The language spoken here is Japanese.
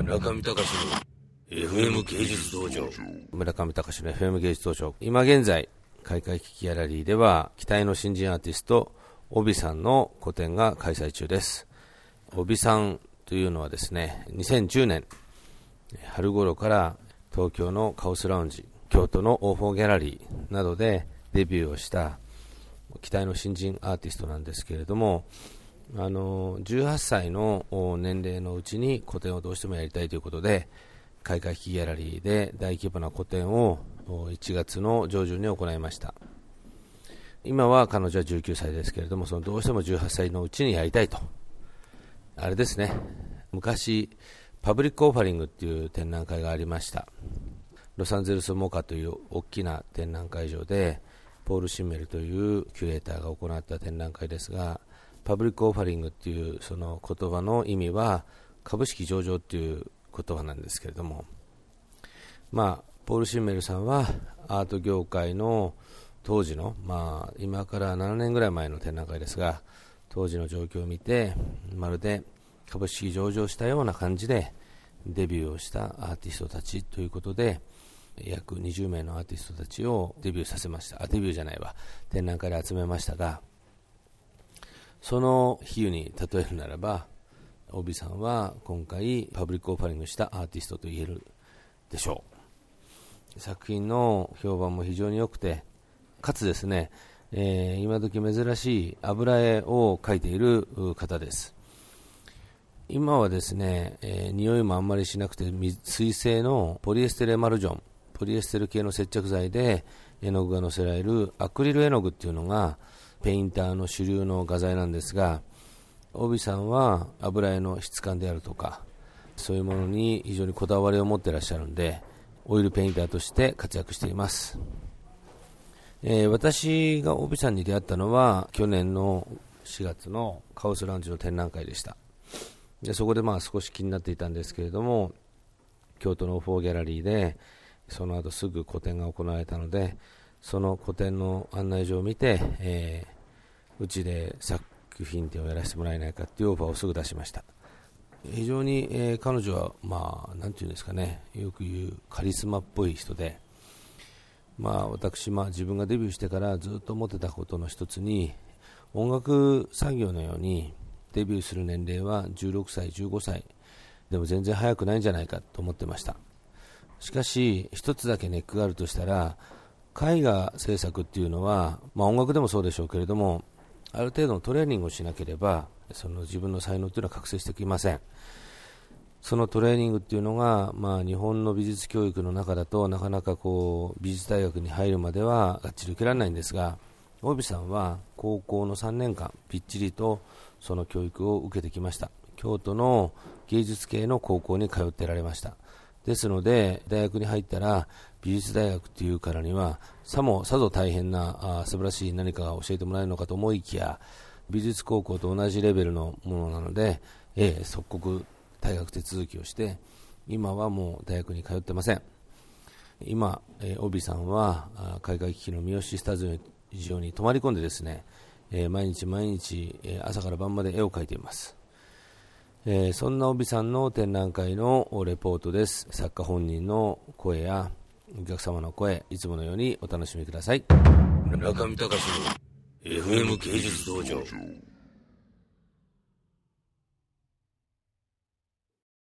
村上隆の FM 芸術道場。村上隆の FM 芸術道場。今現在、開会危機ギャラリーでは、期待の新人アーティスト、帯さんの個展が開催中です。帯さんというのはですね、2010年、春頃から東京のカオスラウンジ、京都のオーフォーギャラリーなどでデビューをした期待の新人アーティストなんですけれども、18歳の年齢のうちに個展をどうしてもやりたいということで、開会危機ギャラリーで大規模な個展を1月の上旬に行いました。今は彼女は19歳ですけれども、そのどうしても18歳のうちにやりたいと。あれですね、昔パブリックオファリングっていう展覧会がありました。ロサンゼルスモカという大きな展覧会場でポール・シンメルというキュレーターが行った展覧会ですが、パブリックオファリングっていうその言葉の意味は株式上場っていう言葉なんですけれども、ポール・シンメルさんはアート業界の当時の、今から7年ぐらい前の展覧会ですが、当時の状況を見て、まるで株式上場したような感じでデビューをしたアーティストたちということで、約20名のアーティストたちをデビューさせました。デビューじゃないわ、展覧会で集めましたが、その比喩に例えるならば、帯さんは今回パブリックオファリングしたアーティストと言えるでしょう。作品の評判も非常に良くて、かつですね、今時珍しい油絵を描いている方です。今はですね、匂いもあんまりしなくて水性のポリエステルエマルジョン、ポリエステル系の接着剤で絵の具がのせられるアクリル絵の具っていうのがペインターの主流の画材なんですが、帯さんは油絵の質感であるとか、そういうものに非常にこだわりを持っていらっしゃるので、オイルペインターとして活躍しています。私が帯さんに出会ったのは去年の4月のカオスラウンジの展覧会でした。でそこで少し気になっていたんですけれども、京都のフォーギャラリーでその後すぐ個展が行われたので、その個展の案内状を見て、うちで作品展をやらせてもらえないかというオファーをすぐ出しました。非常に、彼女はなんていうんですかね、よく言うカリスマっぽい人で、私、自分がデビューしてからずっと思ってたことの一つに、音楽産業のようにデビューする年齢は16歳、15歳でも全然早くないんじゃないかと思ってました。しかし一つだけネックがあるとしたら、絵画制作っていうのは、音楽でもそうでしょうけれども、ある程度のトレーニングをしなければその自分の才能というのは覚醒してきません。そのトレーニングっていうのが、日本の美術教育の中だとなかなか美術大学に入るまではがっちり受けられないんですが、帯さんは高校の3年間ぴっちりとその教育を受けてきました。京都の芸術系の高校に通ってられました。ですので大学に入ったら、美術大学というからにはさぞ大変な素晴らしい何かが教えてもらえるのかと思いきや、美術高校と同じレベルのものなので、即刻大学手続きをして、今はもう大学に通ってません。今、帯さんは開会危機の三好スタジオに泊まり込んでですね、毎日、朝から晩まで絵を描いています。そんな帯さんの展覧会のレポートです。作家本人の声やお客様の声、いつものようにお楽しみください。村上隆の FM 芸術道場。